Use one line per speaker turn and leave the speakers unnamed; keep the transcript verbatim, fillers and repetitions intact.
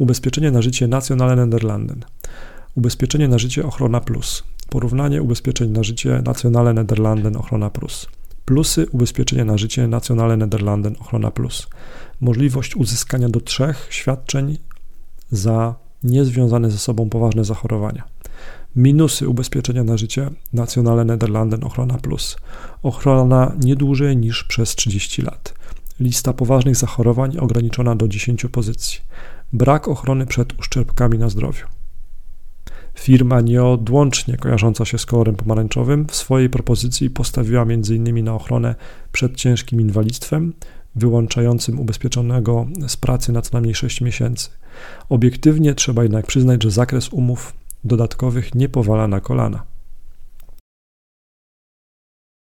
Ubezpieczenie na życie Nationale Nederlanden. Ubezpieczenie na życie Ochrona Plus. Porównanie ubezpieczeń na życie Nationale Nederlanden Ochrona Plus. Plusy ubezpieczenia na życie Nationale Nederlanden Ochrona Plus. Możliwość uzyskania do trzech świadczeń za niezwiązane ze sobą poważne zachorowania. Minusy ubezpieczenia na życie Nationale Nederlanden Ochrona Plus. Ochrona nie dłużej niż przez trzydzieści lat. Lista poważnych zachorowań ograniczona do dziesięciu pozycji. Brak ochrony przed uszczerbkami na zdrowiu. Firma nieodłącznie kojarząca się z kolorem pomarańczowym w swojej propozycji postawiła między innymi na ochronę przed ciężkim inwalidztwem, wyłączającym ubezpieczonego z pracy na co najmniej sześć miesięcy. Obiektywnie trzeba jednak przyznać, że zakres umów dodatkowych nie powala na kolana.